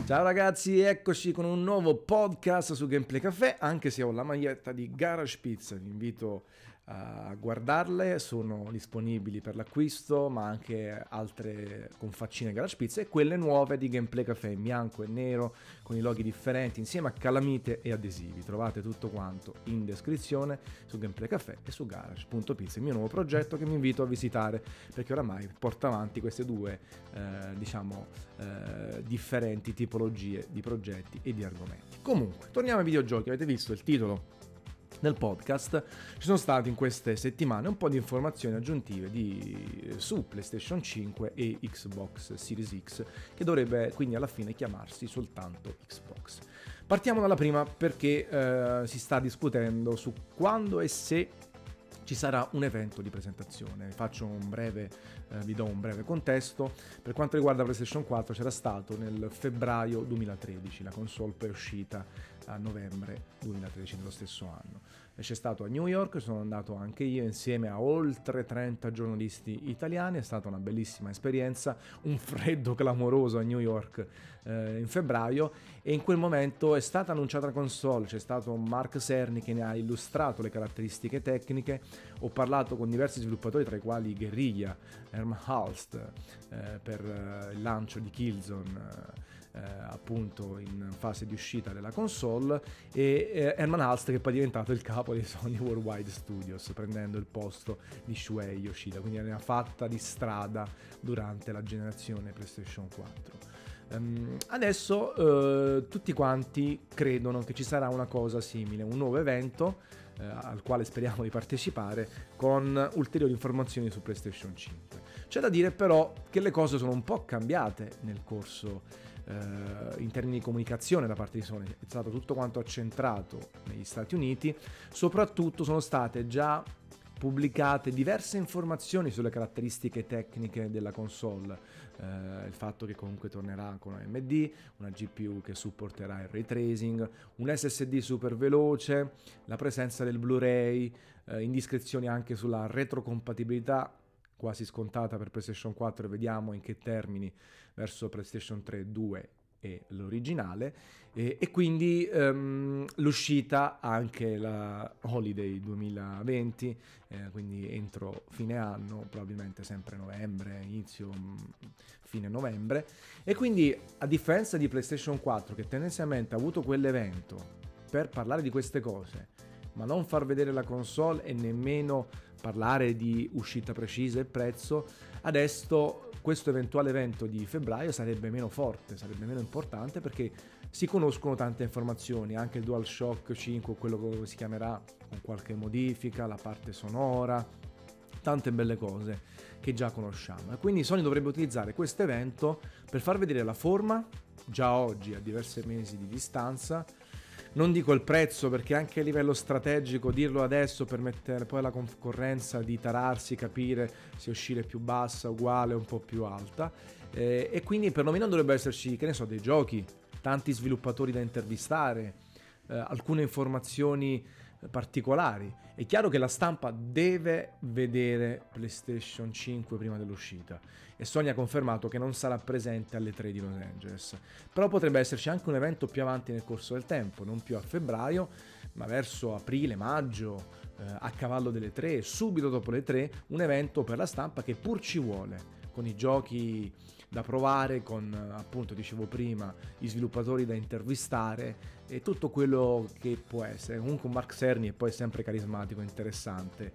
Ciao ragazzi, eccoci con un nuovo podcast su Gameplay Café, anche se ho la maglietta di Garage Pizza, vi invito a guardarle, sono disponibili per l'acquisto, ma anche altre con faccine Garage Pizza e quelle nuove di Gameplay Café in bianco e nero con i loghi differenti insieme a calamite e adesivi. Trovate tutto quanto in descrizione su Gameplay Café e su Garage.pizza, il mio nuovo progetto che mi invito a visitare perché oramai porto avanti queste due differenti tipologie di progetti e di argomenti. Comunque, torniamo ai videogiochi. Avete visto il titolo del podcast? Ci sono state in queste settimane un po' di informazioni aggiuntive su PlayStation 5 e Xbox Series X, che dovrebbe quindi alla fine chiamarsi soltanto Xbox. Partiamo dalla prima perché si sta discutendo su quando e se ci sarà un evento di presentazione. Vi do un breve contesto. Per quanto riguarda PlayStation 4 c'era stato nel febbraio 2013, la console poi è uscita a novembre 2013 nello stesso anno. E c'è stato a New York, sono andato anche io insieme a oltre 30 giornalisti italiani, è stata una bellissima esperienza, un freddo clamoroso a New York in febbraio, e in quel momento è stata annunciata la console, c'è stato Mark Cerny che ne ha illustrato le caratteristiche tecniche. Ho parlato con diversi sviluppatori, tra i quali Guerriglia, Herman Hulst per il lancio di Killzone appunto in fase di uscita della console, e Herman Hulst che poi è diventato il capo dei Sony Worldwide Studios, prendendo il posto di Shuei Yoshida, quindi ne ha fatta di strada durante la generazione PlayStation 4. Adesso tutti quanti credono che ci sarà una cosa simile, un nuovo evento al quale speriamo di partecipare, con ulteriori informazioni su PlayStation 5. C'è da dire però che le cose sono un po' cambiate nel corso in termini di comunicazione da parte di Sony. È stato tutto quanto accentrato negli Stati Uniti, soprattutto sono state già pubblicate diverse informazioni sulle caratteristiche tecniche della console, il fatto che comunque tornerà con AMD, una GPU che supporterà il ray tracing, un SSD super veloce, la presenza del Blu-ray, indiscrezioni anche sulla retrocompatibilità quasi scontata per PlayStation 4, e vediamo in che termini verso PlayStation 3, 2 e l'originale, e quindi l'uscita anche la Holiday 2020, quindi entro fine anno, probabilmente sempre novembre, fine novembre, e quindi a differenza di PlayStation 4 che tendenzialmente ha avuto quell'evento per parlare di queste cose ma non far vedere la console e nemmeno parlare di uscita precisa e prezzo, adesso questo eventuale evento di febbraio sarebbe meno forte, sarebbe meno importante, perché si conoscono tante informazioni, anche il DualShock 5, quello che si chiamerà con qualche modifica, la parte sonora, tante belle cose che già conosciamo. E quindi Sony dovrebbe utilizzare questo evento per far vedere la forma, già oggi a diversi mesi di distanza. Non dico il prezzo, perché anche a livello strategico dirlo adesso permette poi alla concorrenza di tararsi, capire se uscire più bassa, uguale, un po' più alta, e quindi perlomeno dovrebbe esserci, che ne so, dei giochi, tanti sviluppatori da intervistare, alcune informazioni particolari. È chiaro che la stampa deve vedere PlayStation 5 prima dell'uscita, e Sony ha confermato che non sarà presente alle 3 di Los Angeles, però potrebbe esserci anche un evento più avanti nel corso del tempo, non più a febbraio ma verso aprile, maggio, a cavallo delle 3, subito dopo le 3, un evento per la stampa che pur ci vuole, con i giochi da provare, con appunto, dicevo prima, gli sviluppatori da intervistare e tutto quello che può essere. Comunque Mark Cerny è poi sempre carismatico e interessante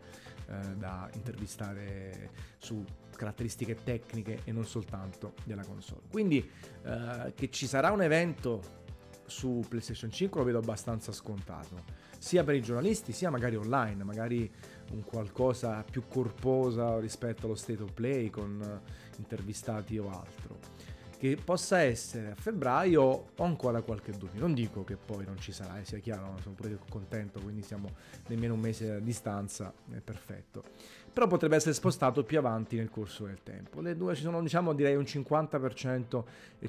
da intervistare su caratteristiche tecniche e non soltanto della console. Quindi che ci sarà un evento su PlayStation 5 lo vedo abbastanza scontato, sia per i giornalisti sia magari online, magari un qualcosa più corposa rispetto allo State of Play con intervistati o altro. Che possa essere a febbraio ho ancora qualche dubbio, non dico che poi non ci sarà, sia chiaro, sono pure contento, quindi siamo nemmeno un mese a distanza, è perfetto, però potrebbe essere spostato più avanti nel corso del tempo. Le due ci sono, diciamo, direi un 50% e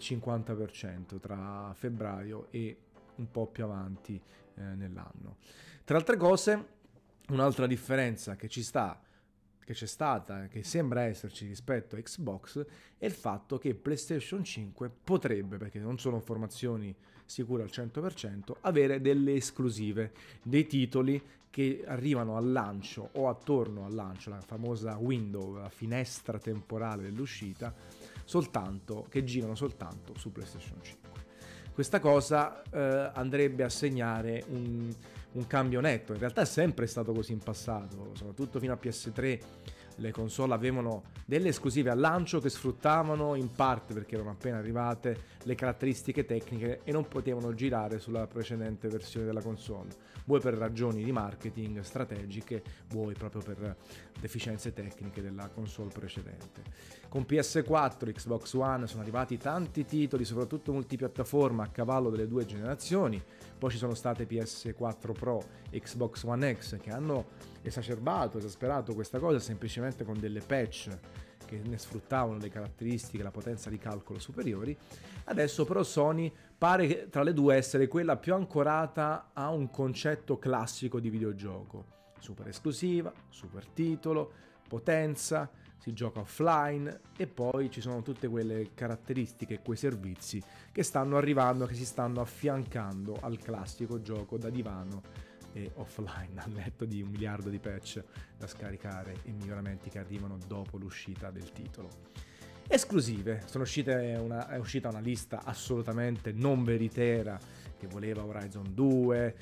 50% tra febbraio e un po' più avanti nell'anno. Tra altre cose, un'altra differenza che ci sta che c'è stata, che sembra esserci rispetto a Xbox, è il fatto che PlayStation 5 potrebbe, perché non sono informazioni sicure al 100%, avere delle esclusive, dei titoli che arrivano al lancio o attorno al lancio, la famosa window, la finestra temporale dell'uscita, che girano soltanto su PlayStation 5. Questa cosa andrebbe a segnare un cambio netto. In realtà è sempre stato così in passato, soprattutto fino a PS3 le console avevano delle esclusive al lancio che sfruttavano in parte, perché erano appena arrivate, le caratteristiche tecniche e non potevano girare sulla precedente versione della console, vuoi per ragioni di marketing strategiche, vuoi proprio per deficienze tecniche della console precedente. Con PS4 e Xbox One sono arrivati tanti titoli, soprattutto multipiattaforma a cavallo delle due generazioni. Poi ci sono state PS4 Pro e Xbox One X che hanno esasperato questa cosa semplicemente con delle patch che ne sfruttavano le caratteristiche, la potenza di calcolo superiori. Adesso però Sony pare che tra le due essere quella più ancorata a un concetto classico di videogioco. Super esclusiva, super titolo, potenza, si gioca offline e poi ci sono tutte quelle caratteristiche e quei servizi che stanno arrivando, che si stanno affiancando al classico gioco da divano e offline, al netto di 1 miliardo di patch da scaricare e miglioramenti che arrivano dopo l'uscita del titolo. Esclusive, è uscita una lista assolutamente non veritiera che voleva Horizon 2,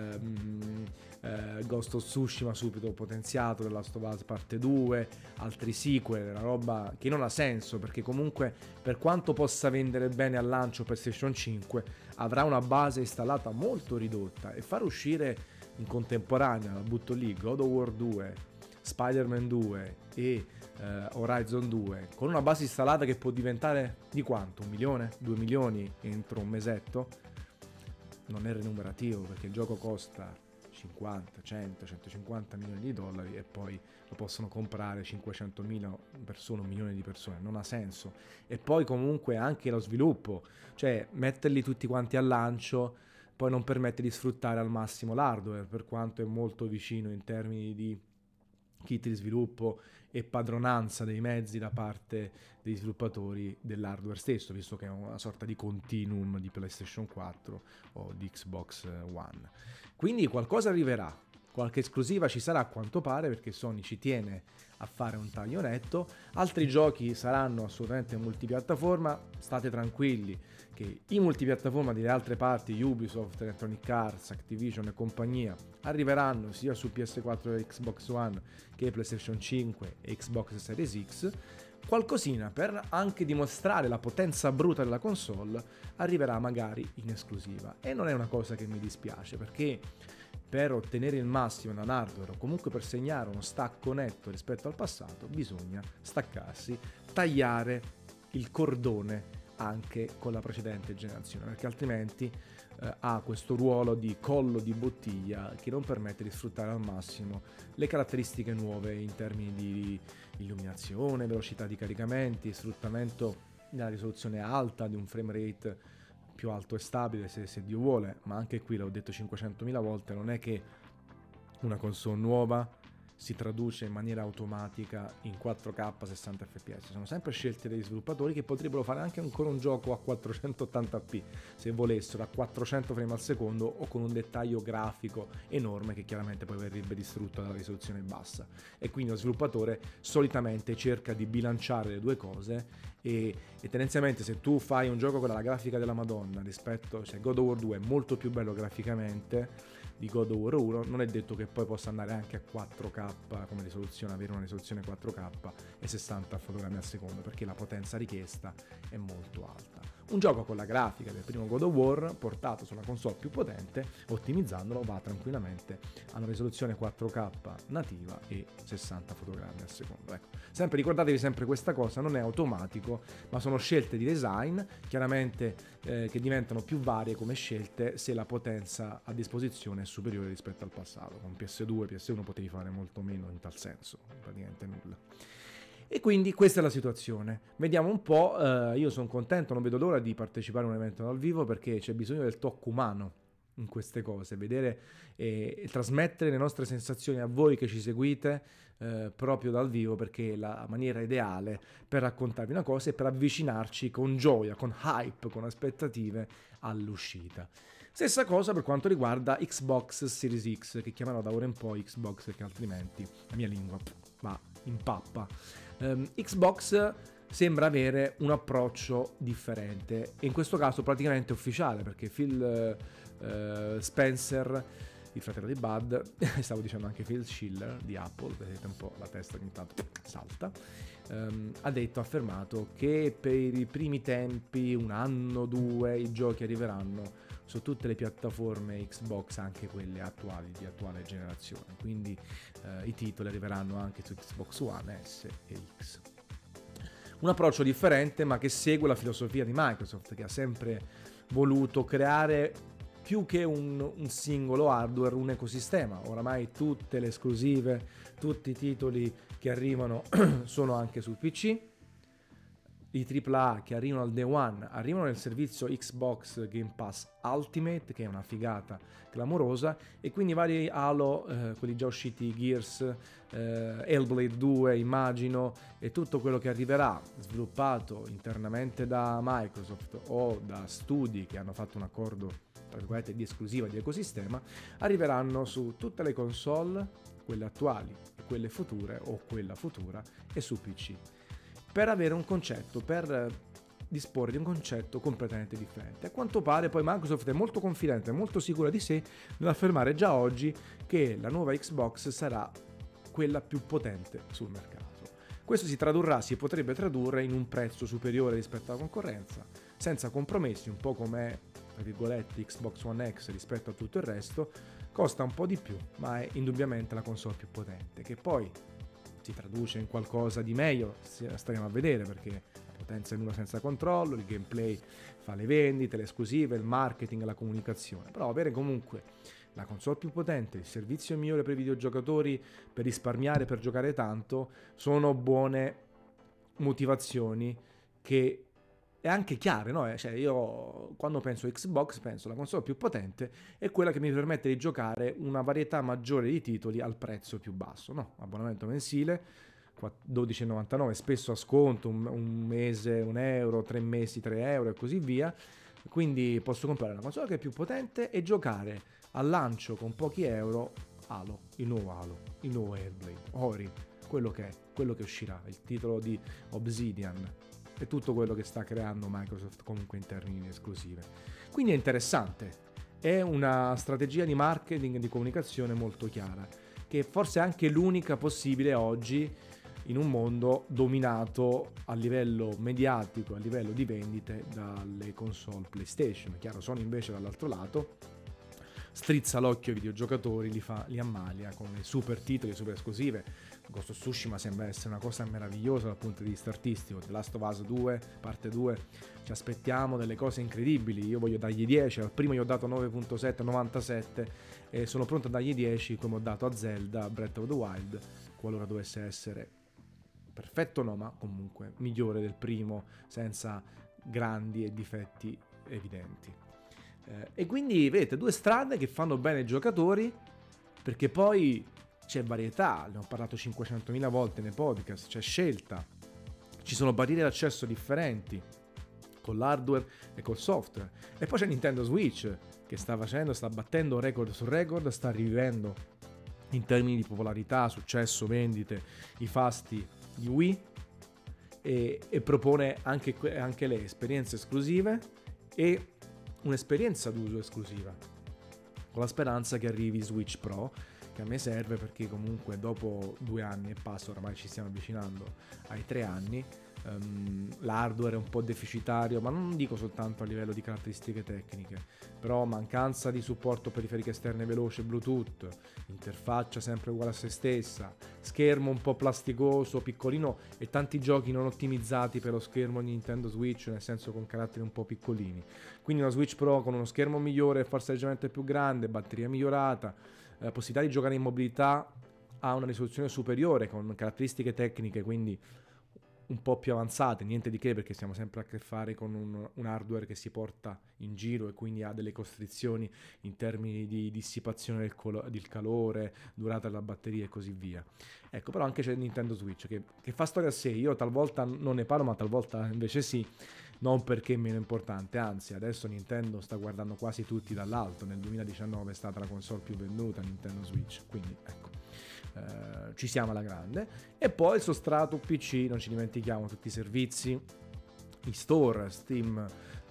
Ghost of Tsushima subito potenziato, The Last of Us parte 2, altri sequel, una roba che non ha senso perché comunque per quanto possa vendere bene al lancio PlayStation 5 avrà una base installata molto ridotta e far uscire in contemporanea, la butto lì, God of War 2, Spider-Man 2 e Horizon 2 con una base installata che può diventare di quanto? 1 milione? 2 milioni entro un mesetto? Non è remunerativo perché il gioco costa 50, 100, 150 milioni di dollari e poi lo possono comprare 500.000 persone, 1 milione di persone, non ha senso. E poi comunque anche lo sviluppo, cioè metterli tutti quanti al lancio poi non permette di sfruttare al massimo l'hardware, per quanto è molto vicino in termini di kit di sviluppo e padronanza dei mezzi da parte degli sviluppatori dell'hardware stesso, visto che è una sorta di continuum di PlayStation 4 o di Xbox One. Quindi qualcosa arriverà, qualche esclusiva ci sarà a quanto pare perché Sony ci tiene a fare un taglio netto, altri giochi saranno assolutamente multipiattaforma, state tranquilli che i multipiattaforma delle altre parti, Ubisoft, Electronic Arts, Activision e compagnia, arriveranno sia su PS4 e Xbox One che PlayStation 5 e Xbox Series X. Qualcosina per anche dimostrare la potenza bruta della console arriverà magari in esclusiva e non è una cosa che mi dispiace perché per ottenere il massimo da un hardware o comunque per segnare uno stacco netto rispetto al passato bisogna staccarsi, tagliare il cordone anche con la precedente generazione perché altrimenti ha questo ruolo di collo di bottiglia che non permette di sfruttare al massimo le caratteristiche nuove in termini di illuminazione, velocità di caricamenti, sfruttamento della risoluzione alta, di un frame rate più alto e stabile se Dio vuole, ma anche qui l'ho detto 500.000 volte, non è che una console nuova si traduce in maniera automatica in 4K 60 fps, sono sempre scelte degli sviluppatori che potrebbero fare anche ancora un gioco a 480p se volessero, a 400 frame al secondo o con un dettaglio grafico enorme che chiaramente poi verrebbe distrutto dalla risoluzione bassa e quindi lo sviluppatore solitamente cerca di bilanciare le due cose e tendenzialmente se tu fai un gioco con la grafica della Madonna rispetto, cioè God of War 2 è molto più bello graficamente di God of War 1, non è detto che poi possa andare anche a 4K come risoluzione, avere una risoluzione 4K e 60 fotogrammi al secondo perché la potenza richiesta è molto alta. Un gioco con la grafica del primo God of War portato su una console più potente, ottimizzandolo va tranquillamente a una risoluzione 4K nativa e 60 fotogrammi al secondo. Ecco, sempre ricordatevi sempre questa cosa, non è automatico, ma sono scelte di design, chiaramente che diventano più varie come scelte se la potenza a disposizione è superiore rispetto al passato. Con PS2 e PS1 potevi fare molto meno in tal senso, praticamente nulla. E quindi questa è la situazione. Vediamo un po', io sono contento, non vedo l'ora di partecipare a un evento dal vivo perché c'è bisogno del tocco umano in queste cose, vedere e trasmettere le nostre sensazioni a voi che ci seguite proprio dal vivo, perché è la maniera ideale per raccontarvi una cosa e per avvicinarci con gioia, con hype, con aspettative all'uscita. Stessa cosa per quanto riguarda Xbox Series X, che chiamerò da ora in poi Xbox perché altrimenti la mia lingua va in pappa. Xbox sembra avere un approccio differente e in questo caso praticamente ufficiale, perché Phil Spencer, il fratello di Bud, stavo dicendo anche Phil Schiller di Apple, vedete un po' la testa ogni tanto salta, ha affermato che per i primi tempi, 1 anno, 2, i giochi arriveranno su tutte le piattaforme Xbox, anche quelle attuali, di attuale generazione, quindi i titoli arriveranno anche su Xbox One S e X. Un approccio differente, ma che segue la filosofia di Microsoft, che ha sempre voluto creare più che un singolo hardware, un ecosistema. Oramai tutte le esclusive, tutti i titoli che arrivano sono anche sul PC. I AAA che arrivano al Day One arrivano nel servizio Xbox Game Pass Ultimate, che è una figata clamorosa, e quindi i vari Halo, quelli già usciti, Gears, Hellblade 2 immagino, e tutto quello che arriverà sviluppato internamente da Microsoft o da studi che hanno fatto un accordo tra virgolette di esclusiva di ecosistema, arriveranno su tutte le console, quelle attuali e quelle future o quella futura, e su PC, per avere un concetto, per disporre di un concetto completamente differente. A quanto pare poi Microsoft è molto confidente, molto sicura di sé nell'affermare già oggi che la nuova Xbox sarà quella più potente sul mercato. Questo si potrebbe tradurre in un prezzo superiore rispetto alla concorrenza, senza compromessi, un po' come tra virgolette Xbox One X rispetto a tutto il resto, costa un po' di più, ma è indubbiamente la console più potente, che poi si traduce in qualcosa di meglio, staremo a vedere, perché la potenza è nulla senza controllo, il gameplay fa le vendite, le esclusive, il marketing, la comunicazione, però avere comunque la console più potente, il servizio migliore per i videogiocatori, per risparmiare, per giocare tanto, sono buone motivazioni che è anche chiare, no? Cioè io quando penso Xbox penso la console più potente è quella che mi permette di giocare una varietà maggiore di titoli al prezzo più basso, no? Abbonamento mensile, 12,99, spesso a sconto, un mese 1 euro, 3 mesi 3 euro e così via, quindi posso comprare una console che è più potente e giocare al lancio con pochi euro Halo, il nuovo Hellblade, Ori, quello che uscirà, il titolo di Obsidian e tutto quello che sta creando Microsoft comunque in termini di esclusive. Quindi è interessante, è una strategia di marketing e di comunicazione molto chiara, che forse è anche l'unica possibile oggi in un mondo dominato a livello mediatico, a livello di vendite dalle console PlayStation. Chiaro, Sony invece dall'altro lato strizza l'occhio ai videogiocatori, li ammalia con le super titoli, super esclusive. Ghost of Tsushima sembra essere una cosa meravigliosa dal punto di vista artistico. The Last of Us 2, parte 2, ci aspettiamo delle cose incredibili. Io voglio dargli 10, al primo gli ho dato 9.7, 97 e sono pronto a dargli 10 come ho dato a Zelda Breath of the Wild, qualora dovesse essere perfetto, no, ma comunque migliore del primo, senza grandi e difetti evidenti. E quindi vedete, due strade che fanno bene ai giocatori, perché poi c'è varietà, ne ho parlato 500.000 volte nei podcast, c'è scelta, ci sono barriere d'accesso differenti con l'hardware e col software, e poi c'è Nintendo Switch che sta battendo record su record, sta rivivendo in termini di popolarità, successo, vendite, i fasti di Wii, e propone anche le esperienze esclusive e un'esperienza d'uso esclusiva, con la speranza che arrivi Switch Pro, che a me serve perché comunque dopo 2 anni e passo, oramai ci stiamo avvicinando ai 3 anni, l'hardware è un po' deficitario, ma non dico soltanto a livello di caratteristiche tecniche, però mancanza di supporto periferiche esterne veloce Bluetooth, interfaccia sempre uguale a se stessa, schermo un po' plasticoso, piccolino e tanti giochi non ottimizzati per lo schermo di Nintendo Switch, nel senso con caratteri un po' piccolini. Quindi una Switch Pro con uno schermo migliore, forza leggermente più grande, batteria migliorata, possibilità di giocare in mobilità a una risoluzione superiore con caratteristiche tecniche, quindi un po' più avanzate, niente di che, perché stiamo sempre a che fare con un hardware che si porta in giro e quindi ha delle costrizioni in termini di dissipazione del calore, durata della batteria e così via. Ecco, però anche c'è Nintendo Switch che fa storia a sé. Io talvolta non ne parlo, ma talvolta invece sì, non perché è meno importante, anzi adesso Nintendo sta guardando quasi tutti dall'alto. Nel 2019 è stata la console più venduta, Nintendo Switch, quindi ecco, ci siamo alla grande. E poi il sostrato PC, non ci dimentichiamo tutti i servizi, i store, Steam,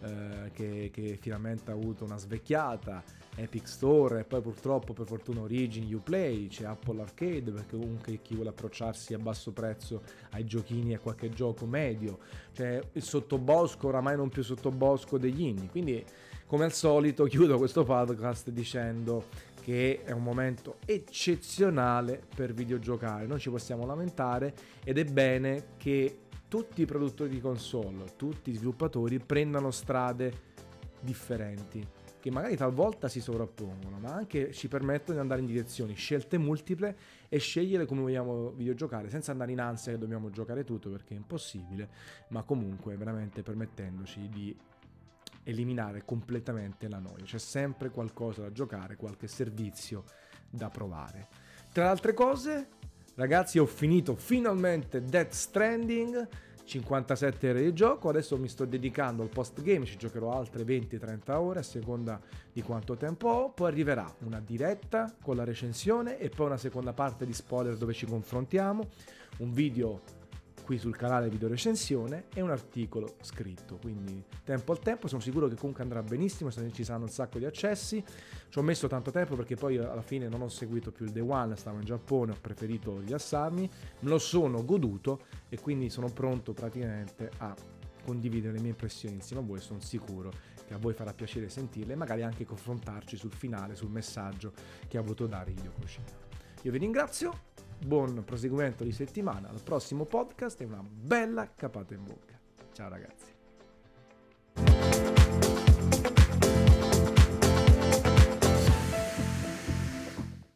che finalmente ha avuto una svecchiata, Epic Store, e poi purtroppo per fortuna Origin, Uplay, c'è Apple Arcade, perché comunque chi vuole approcciarsi a basso prezzo ai giochini e a qualche gioco medio, c'è il sottobosco, oramai non più sottobosco degli indie. Quindi come al solito chiudo questo podcast dicendo che è un momento eccezionale per videogiocare, non ci possiamo lamentare, ed è bene che tutti i produttori di console, tutti i sviluppatori prendano strade differenti, che magari talvolta si sovrappongono, ma anche ci permettono di andare in direzioni, scelte multiple, e scegliere come vogliamo videogiocare, senza andare in ansia che dobbiamo giocare tutto, perché è impossibile, ma comunque veramente permettendoci di eliminare completamente la noia. C'è sempre qualcosa da giocare, qualche servizio da provare. Tra le altre cose, ragazzi, ho finito finalmente Death Stranding, 57 ore di gioco, adesso mi sto dedicando al post game, ci giocherò altre 20-30 ore a seconda di quanto tempo ho, poi arriverà una diretta con la recensione e poi una seconda parte di spoiler dove ci confrontiamo, un video qui sul canale video recensione e un articolo scritto, quindi tempo al tempo. Sono sicuro che comunque andrà benissimo, ci saranno un sacco di accessi. Ci ho messo tanto tempo perché poi alla fine non ho seguito più il Day One, stavo in Giappone, ho preferito rilassarmi, me lo sono goduto e quindi sono pronto praticamente a condividere le mie impressioni insieme a voi. Sono sicuro che a voi farà piacere sentirle e magari anche confrontarci sul finale, sul messaggio che ha voluto dare Hideo Kojima. Io vi ringrazio, buon proseguimento di settimana, al prossimo podcast e una bella capata in bocca. Ciao ragazzi.